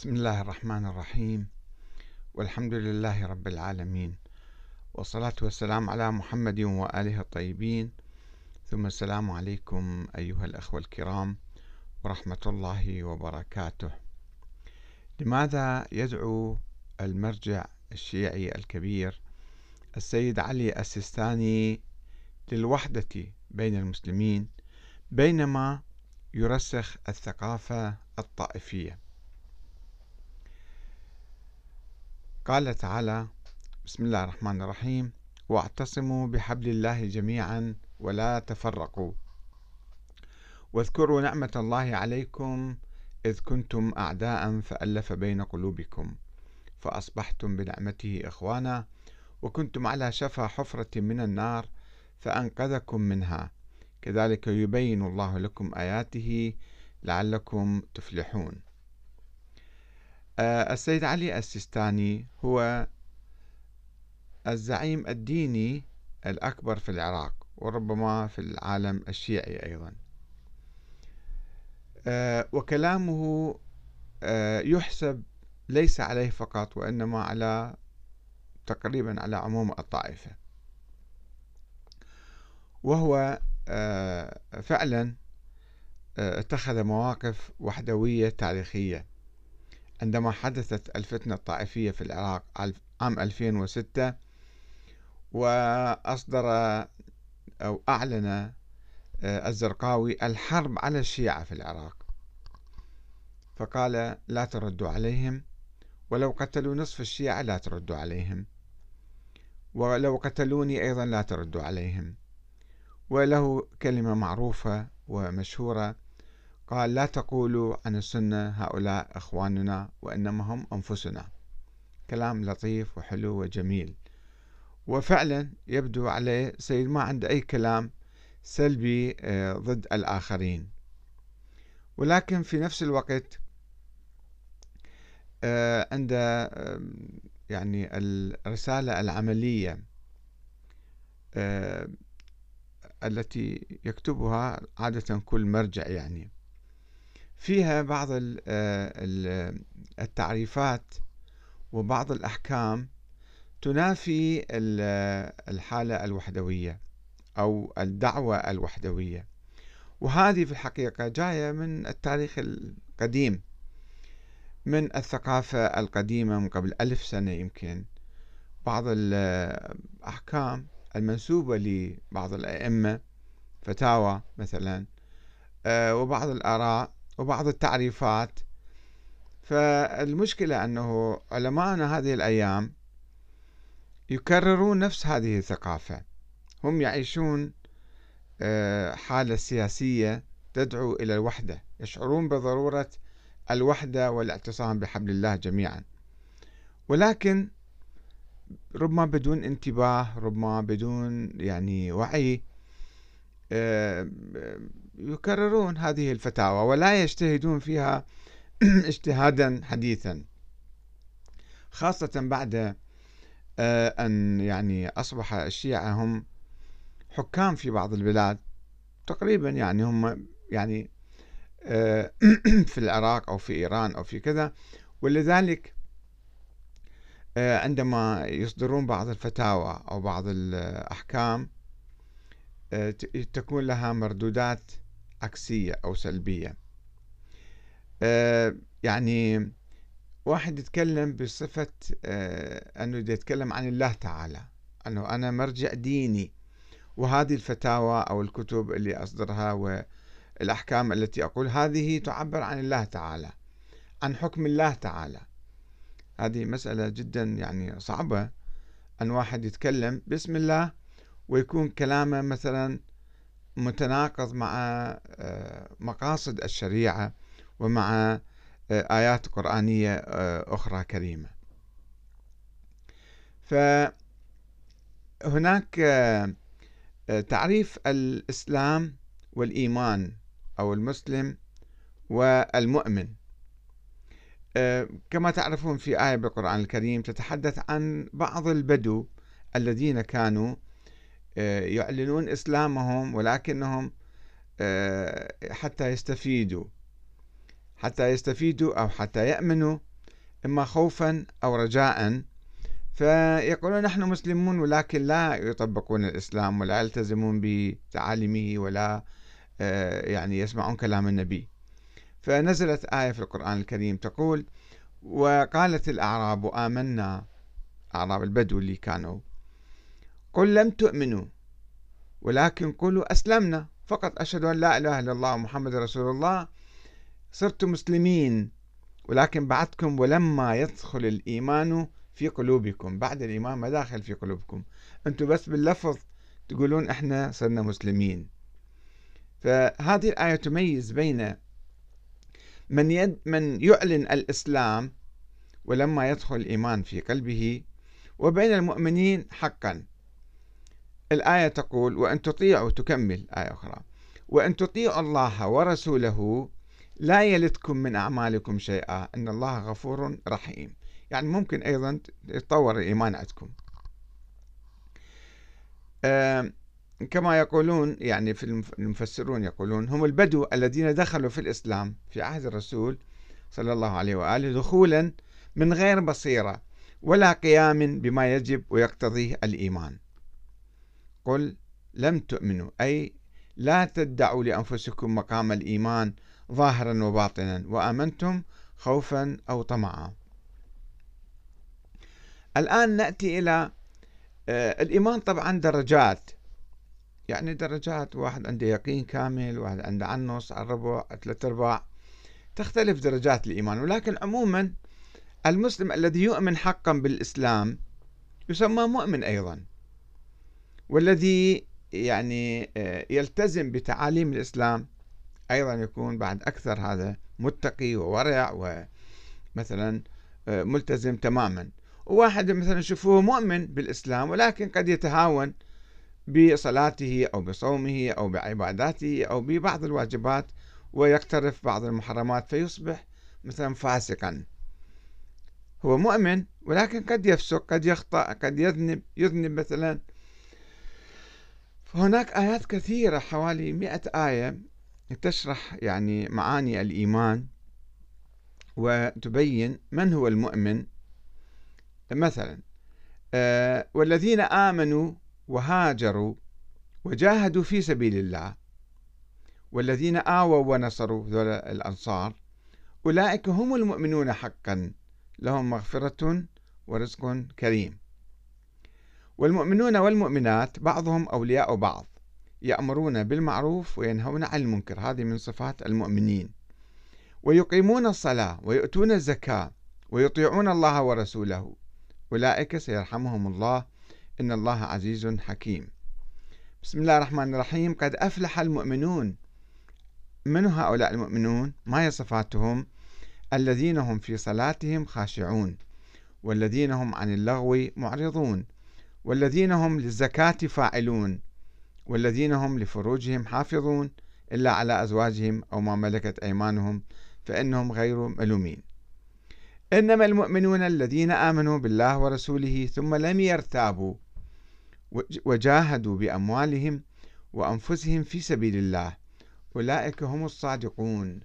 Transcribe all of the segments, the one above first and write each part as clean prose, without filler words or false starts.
بسم الله الرحمن الرحيم، والحمد لله رب العالمين، والصلاة والسلام على محمد وآله الطيبين، ثم السلام عليكم أيها الأخوة الكرام ورحمة الله وبركاته. لماذا يدعو المرجع الشيعي الكبير السيد علي السيستاني للوحدة بين المسلمين بينما يرسخ الثقافة الطائفية؟ قال تعالى: بسم الله الرحمن الرحيم: واعتصموا بحبل الله جميعا ولا تفرقوا واذكروا نعمة الله عليكم إذ كنتم أعداء فألف بين قلوبكم فأصبحتم بنعمته إخوانا وكنتم على شفا حفرة من النار فأنقذكم منها كذلك يبين الله لكم آياته لعلكم تفلحون. السيد علي السيستاني هو الزعيم الديني الأكبر في العراق وربما في العالم الشيعي أيضا، وكلامه يحسب ليس عليه فقط وإنما على تقريبا على عموم الطائفة، وهو فعلا اتخذ مواقف وحدوية تاريخية عندما حدثت الفتنة الطائفية في العراق عام 2006، وأصدر أو أعلن الزرقاوي الحرب على الشيعة في العراق، فقال: لا تردوا عليهم، ولو قتلوا نصف الشيعة لا تردوا عليهم، ولو قتلوني أيضا لا تردوا عليهم. وله كلمة معروفة ومشهورة قال: لا تقولوا عن السنة هؤلاء إخواننا وإنما هم أنفسنا. كلام لطيف وحلو وجميل، وفعلا يبدو عليه سيد ما عنده أي كلام سلبي ضد الآخرين، ولكن في نفس الوقت عنده يعني الرسالة العملية التي يكتبها عادة كل مرجع، يعني فيها بعض التعريفات وبعض الأحكام تنافي الحالة الوحدوية أو الدعوة الوحدوية، وهذه في الحقيقة جاية من التاريخ القديم، من الثقافة القديمة من قبل 1000 سنة يمكن. بعض الأحكام المنسوبة لبعض الأئمة، فتاوى مثلا، وبعض الآراء وبعض التعريفات. فالمشكلة أنه علماءنا هذه الأيام يكررون نفس هذه الثقافة، هم يعيشون حالة سياسية تدعو إلى الوحدة، يشعرون بضرورة الوحدة والاعتصام بحبل الله جميعا، ولكن ربما بدون انتباه، ربما بدون يعني وعي، يكررون هذه الفتاوى ولا يجتهدون فيها اجتهادا حديثا، خاصة بعد أن يعني أصبح الشيعة هم حكام في بعض البلاد تقريبا، يعني هم يعني في العراق أو في إيران أو في كذا، ولذلك عندما يصدرون بعض الفتاوى أو بعض الأحكام تكون لها مردودات عكسية أو سلبية. يعني واحد يتكلم بصفة أنه يتكلم عن الله تعالى، أنه أنا مرجع ديني، وهذه الفتاوى أو الكتب اللي أصدرها والأحكام التي أقول هذه تعبر عن الله تعالى، عن حكم الله تعالى. هذه مسألة جدا يعني صعبة، أن واحد يتكلم باسم الله ويكون كلامه مثلا متناقض مع مقاصد الشريعة ومع آيات قرآنية أخرى كريمة. فهناك تعريف الإسلام والإيمان أو المسلم والمؤمن. كما تعرفون في آية بالقرآن الكريم تتحدث عن بعض البدو الذين كانوا يعلنون إسلامهم، ولكنهم حتى يستفيدوا أو حتى يأمنوا إما خوفا أو رجاء، فيقولون نحن مسلمون ولكن لا يطبقون الإسلام ولا يلتزمون بتعاليمه ولا يعني يسمعون كلام النبي. فنزلت آية في القرآن الكريم تقول: وقالت الأعراب آمنا، أعراب البدو اللي كانوا، قل لم تؤمنوا ولكن قولوا أسلمنا، فقط أشهد أن لا إله إلا الله ومحمد رسول الله صرتم مسلمين، ولكن بعدكم ولما يدخل الإيمان في قلوبكم، بعد الإيمان ما داخل في قلوبكم، أنتم بس باللفظ تقولون إحنا صرنا مسلمين. فهذه الآية تميز بين من يعلن الإسلام ولما يدخل الإيمان في قلبه، وبين المؤمنين حقا. الآية تقول: وأن تطيعوا، تكمل آية أخرى: وأن تطيعوا الله ورسوله لا يلتكم من أعمالكم شيئا إن الله غفور رحيم. يعني ممكن أيضا يتطور الإيمان عندكم. كما يقولون يعني في المفسرون يقولون: هم البدو الذين دخلوا في الإسلام في عهد الرسول صلى الله عليه وآله دخولا من غير بصيرة ولا قيام بما يجب ويقتضيه الإيمان. قل لم تؤمنوا، أي لا تدعوا لأنفسكم مقام الإيمان ظاهرا وباطنا، وآمنتم خوفا أو طمعا. الآن نأتي إلى الإيمان. طبعا درجات، يعني درجات، واحد عنده يقين كامل، واحد عنده عن نص، عن ربع، عن ثلاث أرباع، تختلف درجات الإيمان. ولكن عموما المسلم الذي يؤمن حقا بالإسلام يسمى مؤمن أيضا، والذي يعني يلتزم بتعاليم الإسلام أيضا يكون بعد أكثر هذا متقي وورع ومثلا ملتزم تماما. وواحد مثلا شوفوه مؤمن بالإسلام ولكن قد يتهاون بصلاته أو بصومه أو بعباداته أو ببعض الواجبات ويقترف بعض المحرمات فيصبح مثلا فاسقا. هو مؤمن ولكن قد يفسق، قد يخطأ، قد يذنب مثلا. فهناك آيات كثيرة، حوالي 100 آية تشرح يعني معاني الإيمان وتبين من هو المؤمن. مثلا والذين آمنوا وهاجروا وجاهدوا في سبيل الله والذين آووا ونصروا، ذول الأنصار، أولئك هم المؤمنون حقا لهم مغفرة ورزق كريم. والمؤمنون والمؤمنات بعضهم أولياء بعض، يأمرون بالمعروف وينهون عن المنكر، هذه من صفات المؤمنين، ويقيمون الصلاة ويؤتون الزكاة ويطيعون الله ورسوله، أولئك سيرحمهم الله إن الله عزيز حكيم. بسم الله الرحمن الرحيم. قد أفلح المؤمنون. من هؤلاء المؤمنون؟ ما هي صفاتهم؟ الذين هم في صلاتهم خاشعون، والذين هم عن اللغو معرضون، والذين هم للزكاة فاعلون، والذين هم لفروجهم حافظون إلا على أزواجهم أو ما ملكت أيمانهم فإنهم غير ملومين. إنما المؤمنون الذين آمنوا بالله ورسوله ثم لم يرتابوا وجاهدوا بأموالهم وأنفسهم في سبيل الله، أولئك هم الصادقون.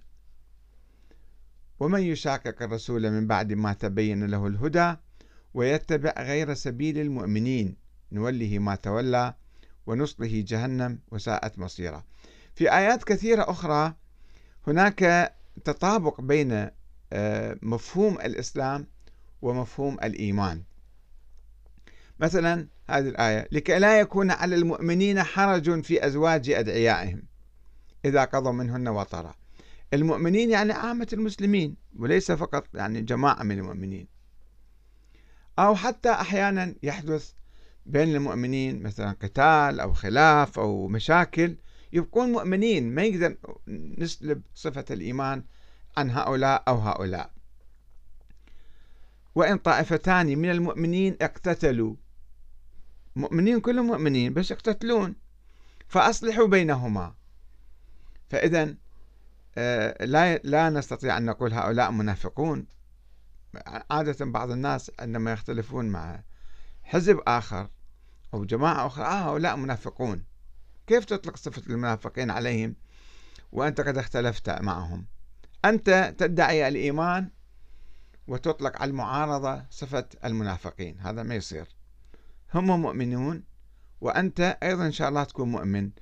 ومن يشاقق الرسول من بعد ما تبين له الهدى ويتبع غير سبيل المؤمنين نوله ما تولى ونصله جهنم وساءت مصيرا. في آيات كثيرة أخرى هناك تطابق بين مفهوم الإسلام ومفهوم الإيمان. مثلا هذه الآية: لكي لا يكون على المؤمنين حرج في أزواج أدعيائهم إذا قضوا منهن وطرا. المؤمنين يعني عامة المسلمين وليس فقط يعني جماعة من المؤمنين. أو حتى أحيانا يحدث بين المؤمنين مثلا قتال أو خلاف أو مشاكل، يبقون مؤمنين، ما يقدر نسلب صفة الإيمان عن هؤلاء أو هؤلاء. وإن طائفتان من المؤمنين اقتتلوا، مؤمنين كلهم مؤمنين بس يقتتلون، فأصلحوا بينهما. فإذا لا نستطيع أن نقول هؤلاء منافقون. عادة بعض الناس عندما يختلفون مع حزب آخر أو جماعة أخرى هؤلاء منافقون. كيف تطلق صفة المنافقين عليهم وأنت قد اختلفت معهم؟ أنت تدعي الإيمان وتطلق على المعارضة صفة المنافقين، هذا ما يصير. هم مؤمنون وأنت أيضا إن شاء الله تكون مؤمن،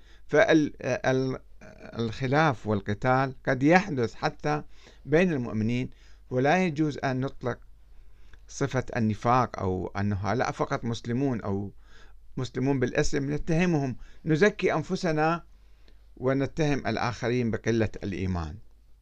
فالخلاف والقتال قد يحدث حتى بين المؤمنين، ولا يجوز أن نطلق صفة النفاق أو أنه هؤلاء فقط مسلمون أو مسلمون بالاسم، نتهمهم، نزكي أنفسنا ونتهم الآخرين بقلة الإيمان.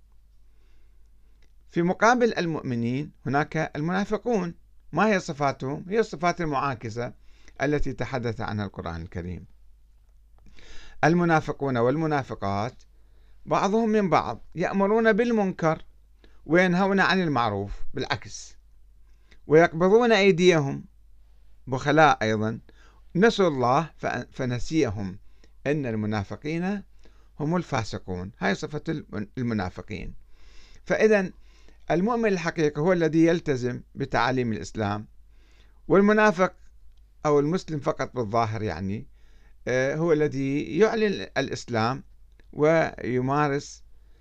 في مقابل المؤمنين هناك المنافقون، ما هي صفاتهم؟ هي الصفات المعاكسة التي تحدث عنها القرآن الكريم. المنافقون والمنافقات بعضهم من بعض، يأمرون بالمنكر وينهون عن المعروف، بالعكس، ويقبضون أيديهم، بخلاء أيضا، نسوا الله فنسيهم، إن المنافقين هم الفاسقون. هاي صفة المنافقين. فإذا المؤمن الحقيقي هو الذي يلتزم بتعاليم الإسلام، والمنافق أو المسلم فقط بالظاهر يعني هو الذي يعلن الإسلام ويمارس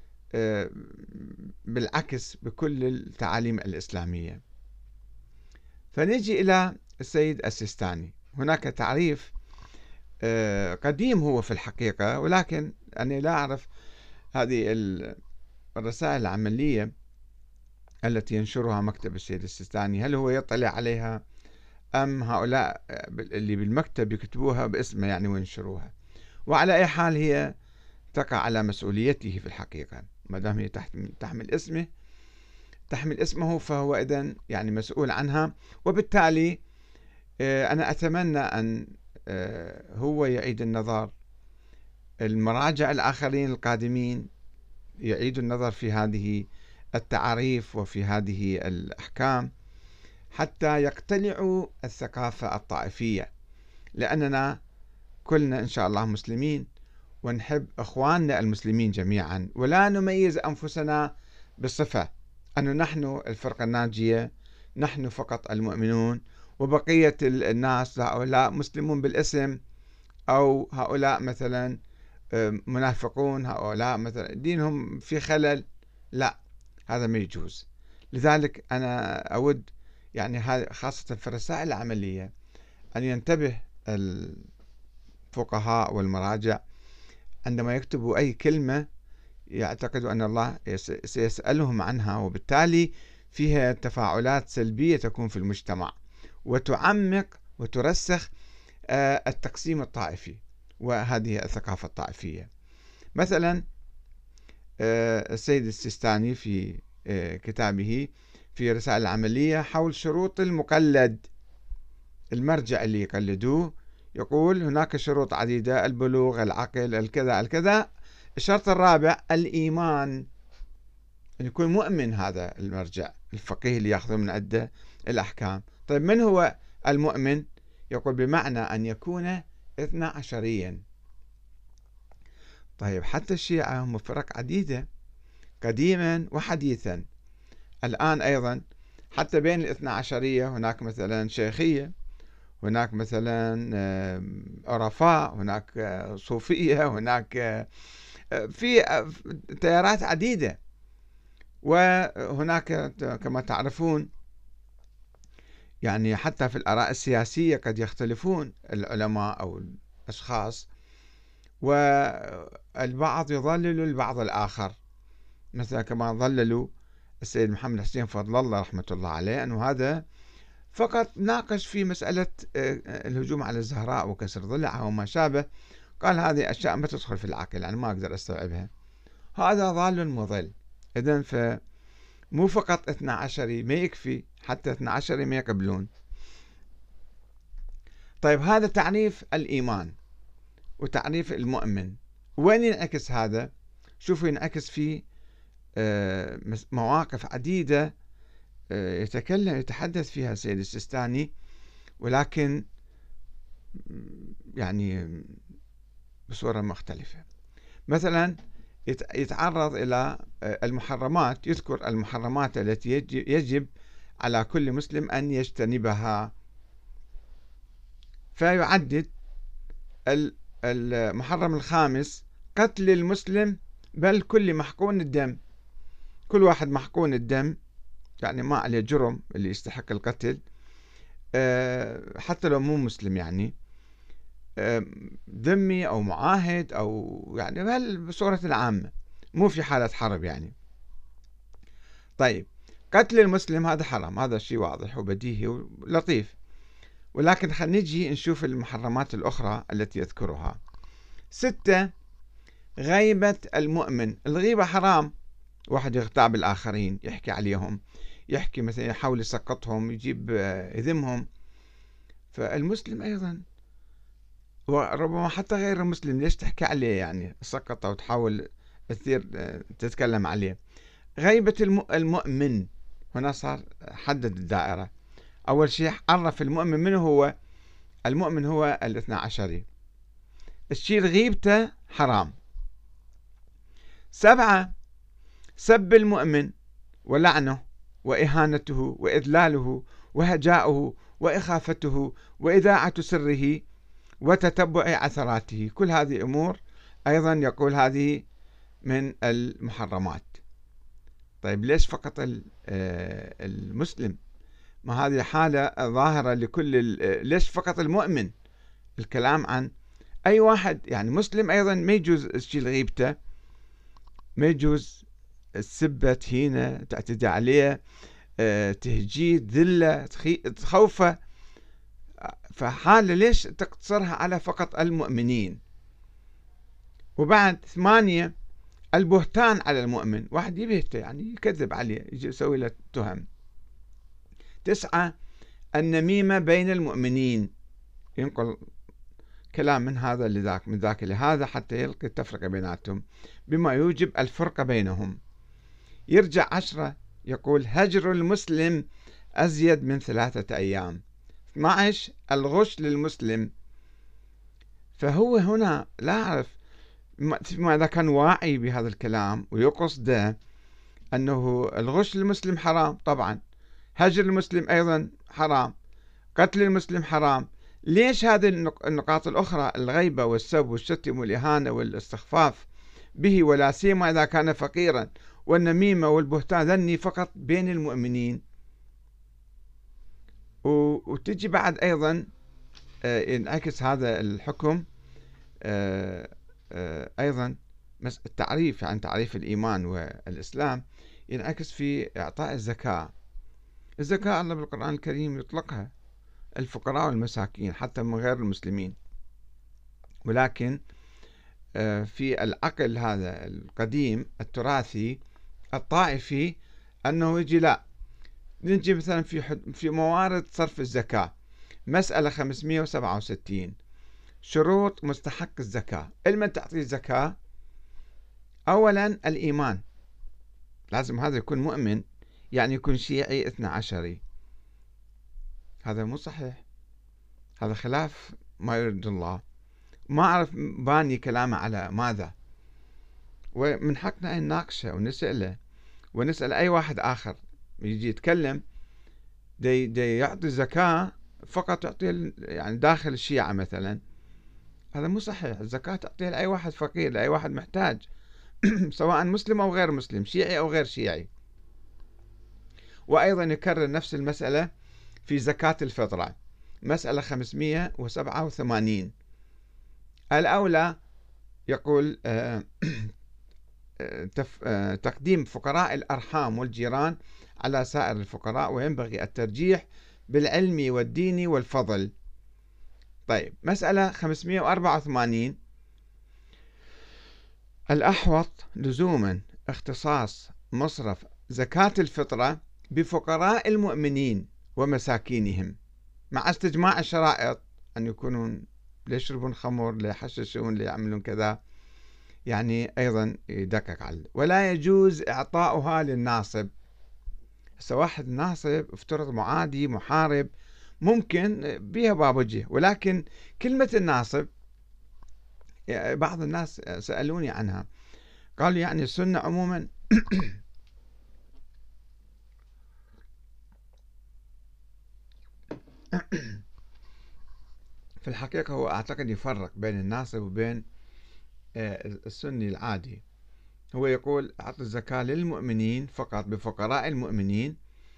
بالعكس بكل التعاليم الإسلامية. فنجي إلى السيد السيستاني. هناك تعريف قديم هو في الحقيقة، ولكن أنا لا أعرف هذه الرسائل العملية التي ينشرها مكتب السيد السيستاني هل هو يطلع عليها أم هؤلاء اللي بالمكتب يكتبوها باسمه يعني وينشروها. وعلى أي حال هي تقع على مسؤوليته في الحقيقة، ما دام هي تحمل اسمه فهو إذن يعني مسؤول عنها. وبالتالي أنا أتمنى أن هو يعيد النظر، المراجع الآخرين القادمين يعيدوا النظر في هذه التعاريف وفي هذه الأحكام حتى يقتلعوا الثقافة الطائفية، لأننا كلنا إن شاء الله مسلمين ونحب إخواننا المسلمين جميعا، ولا نميز أنفسنا بصفة أنه نحن الفرقة الناجية، نحن فقط المؤمنون، وبقية الناس هؤلاء مسلمون بالاسم، أو هؤلاء مثلا منافقون، هؤلاء مثلا دينهم في خلل. لا، هذا ما يجوز. لذلك أنا أود يعني خاصة في الرسائل العملية أن ينتبه الفقهاء والمراجع عندما يكتبوا أي كلمة يعتقدوا أن الله سيسألهم عنها، وبالتالي فيها تفاعلات سلبية تكون في المجتمع وتعمق وترسخ التقسيم الطائفي وهذه الثقافة الطائفية. مثلا السيد السيستاني في كتابه في رسائل العملية حول شروط المقلد، المرجع اللي يقلدوه، يقول هناك شروط عديدة: البلوغ، العقل، الكذا الكذا. الشرط الرابع الإيمان، أن يكون مؤمن هذا المرجع الفقيه اللي يأخذ من عنده الأحكام. طيب من هو المؤمن؟ يقول بمعنى أن يكون 12. طيب حتى الشيعة هم فرق عديدة قديما وحديثا، الآن أيضا حتى بين 12 هناك مثلا شيخية، هناك مثلا عرفاء، هناك صوفية، هناك في تيارات عديدة. وهناك كما تعرفون يعني حتى في الآراء السياسية قد يختلفون العلماء أو الأشخاص، والبعض يضلل البعض الآخر، مثلا كما ضللوا السيد محمد حسين فضل الله رحمة الله عليه، أنه هذا فقط ناقش في مسألة الهجوم على الزهراء وكسر ضلعها وما شابه، قال هذه أشياء ما تدخل في العقل، أنا ما أقدر أستوعبها. هذا ضال مضل. إذن فمو فقط 12 ما يكفي، حتى 12 ما يقبلون. طيب هذا تعريف الإيمان وتعريف المؤمن. وين ينعكس هذا؟ شوفوا ينعكس في مواقف عديدة يتحدث فيها السيد السيستاني، ولكن يعني بصورة مختلفة. مثلا يتعرض إلى المحرمات، يذكر المحرمات التي يجب على كل مسلم أن يجتنبها، فيعدد المحرم الخامس: قتل المسلم، بل كل محقون الدم. كل واحد محقون الدم يعني ما عليه جرم اللي يستحق القتل، حتى لو مو مسلم، يعني ذمي أو معاهد أو يعني بصورة عامة، مو في حالة حرب يعني. طيب، قتل المسلم هذا حرام، هذا شيء واضح وبديهي ولطيف، ولكن خلينا نجي نشوف المحرمات الأخرى التي يذكرها. 6. غيبة المؤمن. الغيبة حرام، واحد يغتاب الآخرين، يحكي عليهم، يحكي مثلا، يحاول يسقطهم، يجيب يذمهم. فالمسلم أيضا، وربما حتى غير المسلم، ليش تحكي عليه يعني سقطه وتحاول تثير تتكلم عليه. غيبة المؤمن، هنا صار حدد الدائرة. أول شيء عرف المؤمن منه هو. المؤمن هو الاثنى عشري، الشيء غيبته حرام. 7. سب المؤمن ولعنه وإهانته وإذلاله وهجاؤه وإخافته وإذاعة سره وتتبع عثراته، كل هذه أمور أيضا يقول هذه من المحرمات. طيب، ليش فقط المسلم؟ ما هذه حالة ظاهرة لكل ليش فقط المؤمن؟ الكلام عن أي واحد يعني مسلم أيضا ما يجوز الشيء غيبته، ما يجوز السبة، تهينه، تعتدي عليه، تهجيه، ذله، تخوفه. فحالة ليش تقتصرها على فقط المؤمنين؟ وبعد 8. البهتان على المؤمن، واحد يبهته يعني يكذب عليه، يجي يسوي له تهم. 9. النميمة بين المؤمنين، ينقل كلام من هذا لذاك، من ذاك لهذا، حتى يلقي التفرقة بيناتهم بما يوجب الفرقة بينهم. يرجع 10، يقول هجر المسلم أزيد من 3 أيام. 12. الغش للمسلم، فهو هنا لا أعرف ماذا كان واعي بهذا الكلام ويقصده أنه الغش للمسلم حرام، طبعا هجر المسلم أيضا حرام، قتل المسلم حرام. ليش هذه النقاط الأخرى، الغيبة والسب والشتم والإهانة والاستخفاف به، ولا سيما إذا كان فقيرا، والنميمة والبهتان، ذني فقط بين المؤمنين؟ وتجي بعد أيضا ينعكس هذا الحكم أيضا التعريف، عن تعريف الإيمان والإسلام، ينعكس في إعطاء الزكاة. الزكاة الله بالقرآن الكريم يطلقها الفقراء والمساكين حتى من غير المسلمين، ولكن في العقل هذا القديم التراثي الطائفي أنه يجي لا، نجي مثلا في موارد صرف الزكاة، مسألة 567، شروط مستحق الزكاة. لمن تعطي الزكاة؟ أولا الإيمان، لازم هذا يكون مؤمن، يعني يكون شيعي 12. هذا مو صحيح، هذا خلاف ما يريد الله. ما أعرف باني كلامه على ماذا، ومن حقنا أن نناقشه ونسأله، ونسأل أي واحد آخر يجي يتكلم دي يعطي زكاة فقط يعطي يعني داخل الشيعة مثلا، هذا مو صحيح. الزكاة تعطيها لأي واحد فقير، لأي واحد محتاج سواء مسلم أو غير مسلم، شيعي أو غير شيعي. وأيضا يكرر نفس المسألة في زكاة الفطرة، مسألة 587. الأولى يقول تقديم فقراء الأرحام والجيران على سائر الفقراء، وينبغي الترجيح بالعلم والدين والفضل. طيب، مسألة 584، الأحوط لزوما اختصاص مصرف زكاة الفطرة بفقراء المؤمنين ومساكينهم، مع استجماع الشرائط، أن يكونون لا يشربون خمر، لا يحششون، لا يعملون كذا، يعني أيضا يدقق عليه. ولا يجوز إعطاؤها للناصب. هسه واحد ناصب افترض معادي محارب، ممكن بها باب وجه، ولكن كلمة الناصب بعض الناس سألوني عنها، قالوا يعني السنة عموما في الحقيقة هو أعتقد يفرق بين الناصب وبين السني العادي. هو يقول أعطي الزكاة للمؤمنين فقط، بفقراء المؤمنين،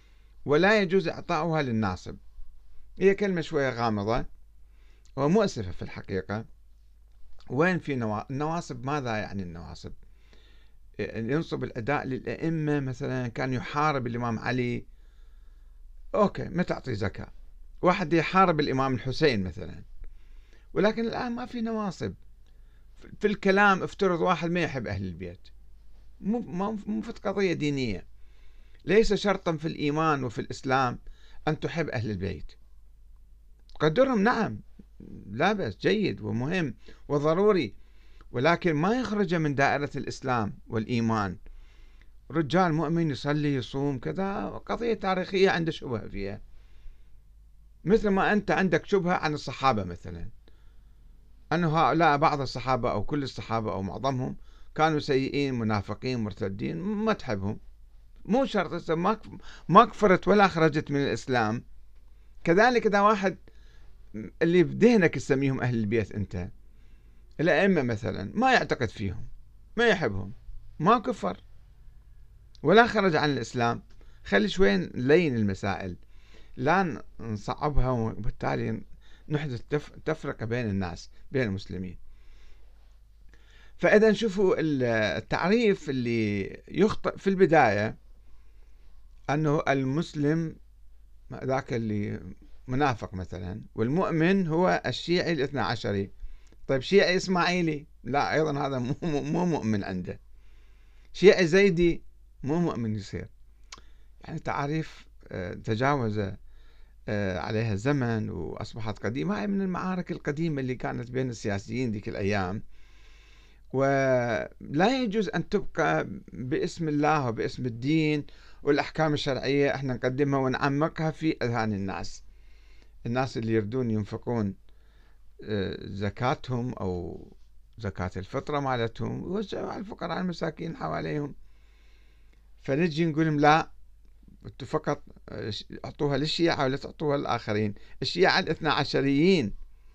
ولا يجوز إعطاؤها للناصب. هي كلمة شوية غامضة ومؤسفة في الحقيقة. وين في النواصب؟ ماذا يعني النواصب؟ ينصب الأداء للأئمة مثلا، كان يحارب الإمام علي، أوكي ما تعطي زكاة. واحد يحارب الإمام الحسين مثلا، ولكن الآن ما في نواصب. في الكلام افترض واحد ما يحب أهل البيت، مو في قضية دينية. ليس شرطا في الإيمان وفي الإسلام أن تحب أهل البيت. قدرهم نعم، لا بأس، جيد ومهم وضروري، ولكن ما يخرج من دائرة الإسلام والإيمان. رجال مؤمن يصلي يصوم كذا، قضية تاريخية عنده شبهة فيها، مثل ما أنت عندك شبهة عن الصحابة مثلا، أن هؤلاء بعض الصحابة أو كل الصحابة أو معظمهم كانوا سيئين منافقين مرتدين، ما تحبهم. مو شرط ما كفرت ولا خرجت من الإسلام. كذلك إذا واحد اللي بذهنك تسميهم أهل البيت أنت، الأئمة مثلا، ما يعتقد فيهم، ما يحبهم، ما كفر ولا خرج عن الإسلام. خلي شوي نلين المسائل، لا نصعبها، وبالتالي نحدث تفرقة بين الناس، بين المسلمين. فإذا شوفوا التعريف اللي يخطئ في البداية، أنه المسلم ذاك اللي منافق مثلا، والمؤمن هو الشيعي الاثنى عشري. طيب شيعي إسماعيلي، لا، أيضا هذا مو مؤمن عنده. شيعي زيدي مو مؤمن يصير. يعني تعريف تجاوز عليها الزمن وأصبحت قديمة. هاي من المعارك القديمة اللي كانت بين السياسيين ذيك الأيام. ولا يجوز أن تبقى باسم الله وباسم الدين والأحكام الشرعية احنا نقدمها ونعمقها في أذهان الناس اللي يردون ينفقون زكاتهم أو زكاة الفطرة مالتهم، ويوزعوا على الفقراء المساكين حواليهم. فنجي نقول لهم لا، انتوا فقط اعطوها للشيعة ولا تعطوها للآخرين، الشيعة الاثنى عشريين.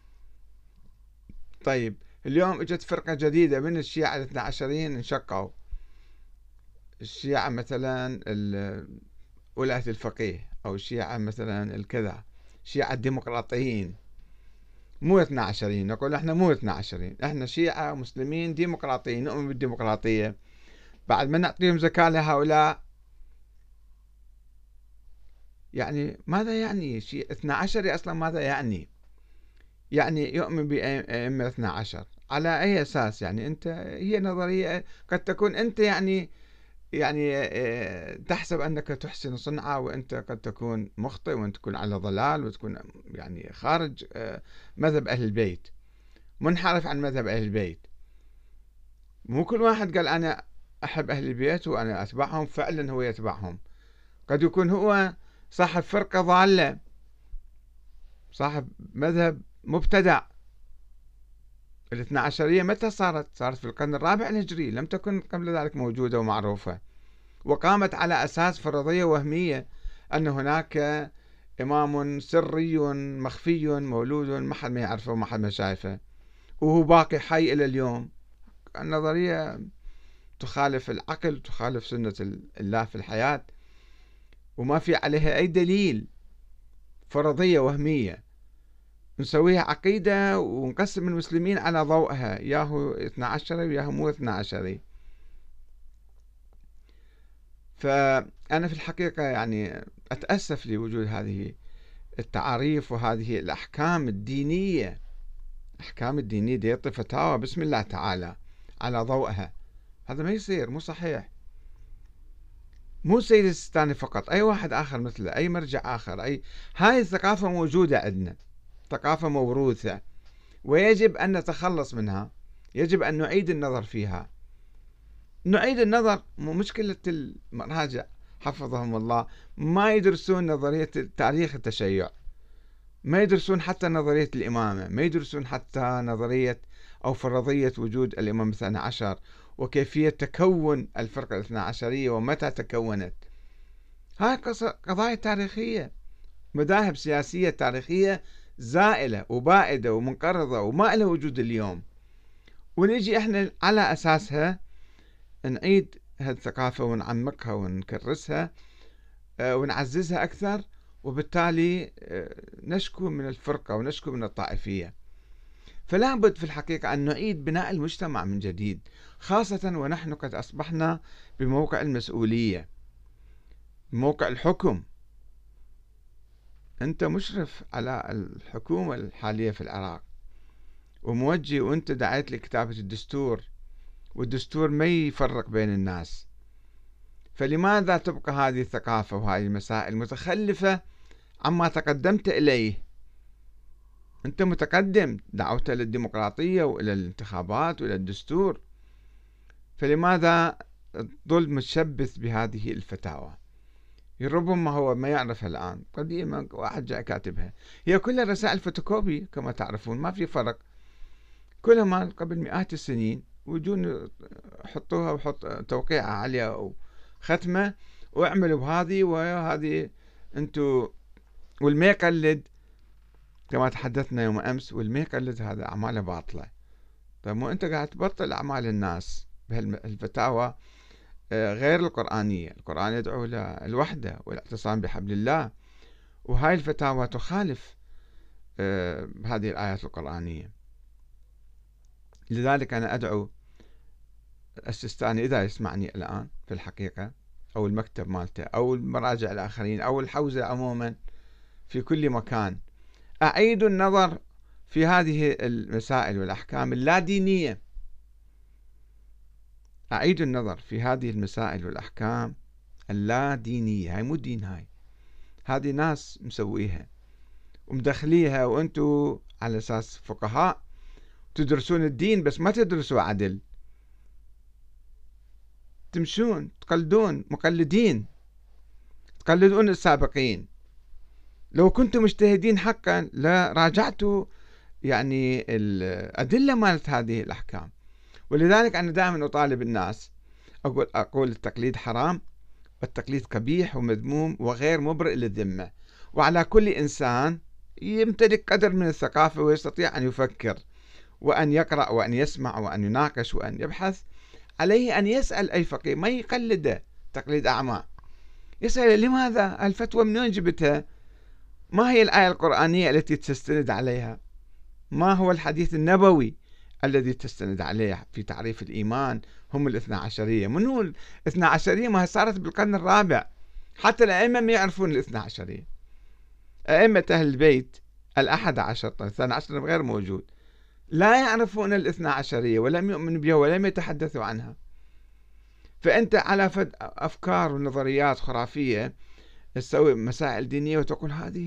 طيب اليوم اجت فرقة جديدة من الشيعة الاثنى عشريين، انشقوا الشيعة مثلا ولاية الفقيه، أو الشيعة مثلا الكذا، الشيعة الديمقراطيين، مو 12. نقول احنا مو 12، احنا شيعة مسلمين ديمقراطيين، نؤمن بالديمقراطية. بعد ما نعطيهم زكاة لهؤلاء، يعني ماذا يعني شيء 12 أصلا؟ ماذا يعني؟ يعني يؤمن بأئمة 12 على أي أساس؟ يعني أنت، هي نظرية قد تكون أنت يعني تحسب أنك تحسن صنعة، وأنت قد تكون مخطئ، وأنت تكون على ضلال، وتكون يعني خارج مذهب أهل البيت، منحرف عن مذهب أهل البيت. مو كل واحد قال أنا أحب أهل البيت وأنا أتبعهم فعلا هو يتبعهم. قد يكون هو صاحب فرقة ضالة، صاحب مذهب مبتدع. الاثنى عشرية متى صارت في القرن الرابع الهجري، لم تكن قبل ذلك موجودة ومعروفة، وقامت على أساس فرضية وهمية أن هناك إمام سري مخفي مولود ما حد ما يعرفه وما حد ما شايفه، وهو باقي حي إلى اليوم. النظرية تخالف العقل، تخالف سنة الله في الحياة، وما في عليها أي دليل. فرضية وهمية نسويها عقيدة ونقسم المسلمين على ضوءها، ياهو 12 وياهو مو 12. فأنا في الحقيقة يعني أتأسف لوجود هذه التعاريف وهذه الأحكام الدينية. الأحكام الدينية دي يعطي فتاوى بسم الله تعالى على ضوءها، هذا ما يصير، مو صحيح. مو السيد السيستاني فقط، أي واحد آخر مثله، أي مرجع آخر، هاي الثقافة موجودة عندنا، ثقافة موروثة، ويجب أن نتخلص منها، يجب أن نعيد النظر فيها. نعيد النظر، مو مشكلة المراجع حفظهم الله ما يدرسون نظرية تاريخ التشيع، ما يدرسون حتى نظرية الإمامة، ما يدرسون حتى نظرية أو فرضية وجود الإمام الثاني عشر، وكيفية تكون الفرقة الاثنى عشرية ومتى تكونت. هاي قضايا تاريخية، مذاهب سياسية تاريخية زائلة وبائدة ومنقرضة وما لها وجود اليوم، ونجي احنا على أساسها نعيد هالثقافة ونعمقها ونكرسها ونعززها أكثر، وبالتالي نشكو من الفرقة ونشكو من الطائفية. فلا بد في الحقيقة أن نعيد بناء المجتمع من جديد، خاصة ونحن قد أصبحنا بموقع المسؤولية، موقع الحكم. أنت مشرف على الحكومة الحالية في العراق وموجه، وأنت دعيت لكتابة الدستور، والدستور ما يفرق بين الناس. فلماذا تبقى هذه الثقافة وهذه المسائل متخلفة عما تقدمت إليه؟ أنت متقدم، دعوت للديمقراطية وإلى الانتخابات وإلى الدستور، فلماذا تظل متشبث بهذه الفتاوى؟ ربما هو ما يعرفها الآن، قديما واحد جاء كاتبها، هي كلها رسائل فوتوكوبي كما تعرفون، ما في فرق، كلها ما قبل مئات السنين، ويجون حطوها وحط توقيعها عليها أو ختمة واعملوا بهذه وهذه أنتوا. والما يقلد كما تحدثنا يوم أمس، والما يقلد هذا أعماله باطلة. طيب مو أنت قاعد تبطل أعمال الناس بهالفتاوى غير القرآنية؟ القرآن يدعو للوحدة والاعتصام بحبل الله، وهاي الفتاوى تخالف هذه الآيات القرآنية. لذلك أنا أدعو السيستاني إذا يسمعني الآن في الحقيقة، أو المكتب مالته أو المراجع الآخرين أو الحوزة عموما في كل مكان، أعيد النظر في هذه المسائل والأحكام اللادينية، أعيد النظر في هذه المسائل والأحكام اللادينية. هاي مو دين، هذه ناس مسويها ومدخليها، وأنتوا على أساس فقهاء تدرسون الدين بس ما تدرسوا عدل، تمشون تقلدون، مقلدين، تقلدون السابقين. لو كنتم مجتهدين حقا لراجعتوا يعني الأدلة مالت هذه الأحكام. ولذلك أنا دائما أطالب الناس، أقول التقليد حرام، والتقليد قبيح ومذموم وغير مبرئ للذمة، وعلى كل إنسان يمتلك قدر من الثقافة ويستطيع أن يفكر وأن يقرأ وأن يسمع وأن يناقش وأن يبحث، عليه أن يسأل أي فقيه، ما يقلده تقليد أعمى. يسأل لماذا الفتوى من وين جبتها؟ ما هي الآية القرآنية التي تستند عليها؟ ما هو الحديث النبوي الذي تستند عليه في تعريف الإيمان؟ هم الاثنى عشرية. منو الاثنى عشرية؟ ما صارت بالقرن الرابع، حتى الأئمة ما يعرفون الاثنى عشرية. أئمة أهل البيت الأحد عشر، الثاني عشر غير موجود، لا يعرفون الاثنى عشرية ولم يؤمنوا بها ولم يتحدثوا عنها. فأنت على أفكار ونظريات خرافية تسوي مسائل دينية وتقول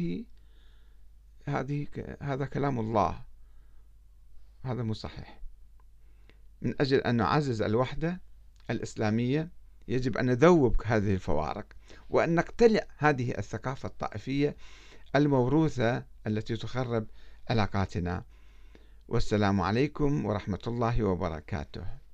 هذا كلام الله، هذا مو صحيح. من أجل أن نعزز الوحدة الإسلامية يجب أن نذوب هذه الفوارق، وأن نقتلع هذه الثقافة الطائفية الموروثة التي تخرب علاقاتنا. والسلام عليكم ورحمة الله وبركاته.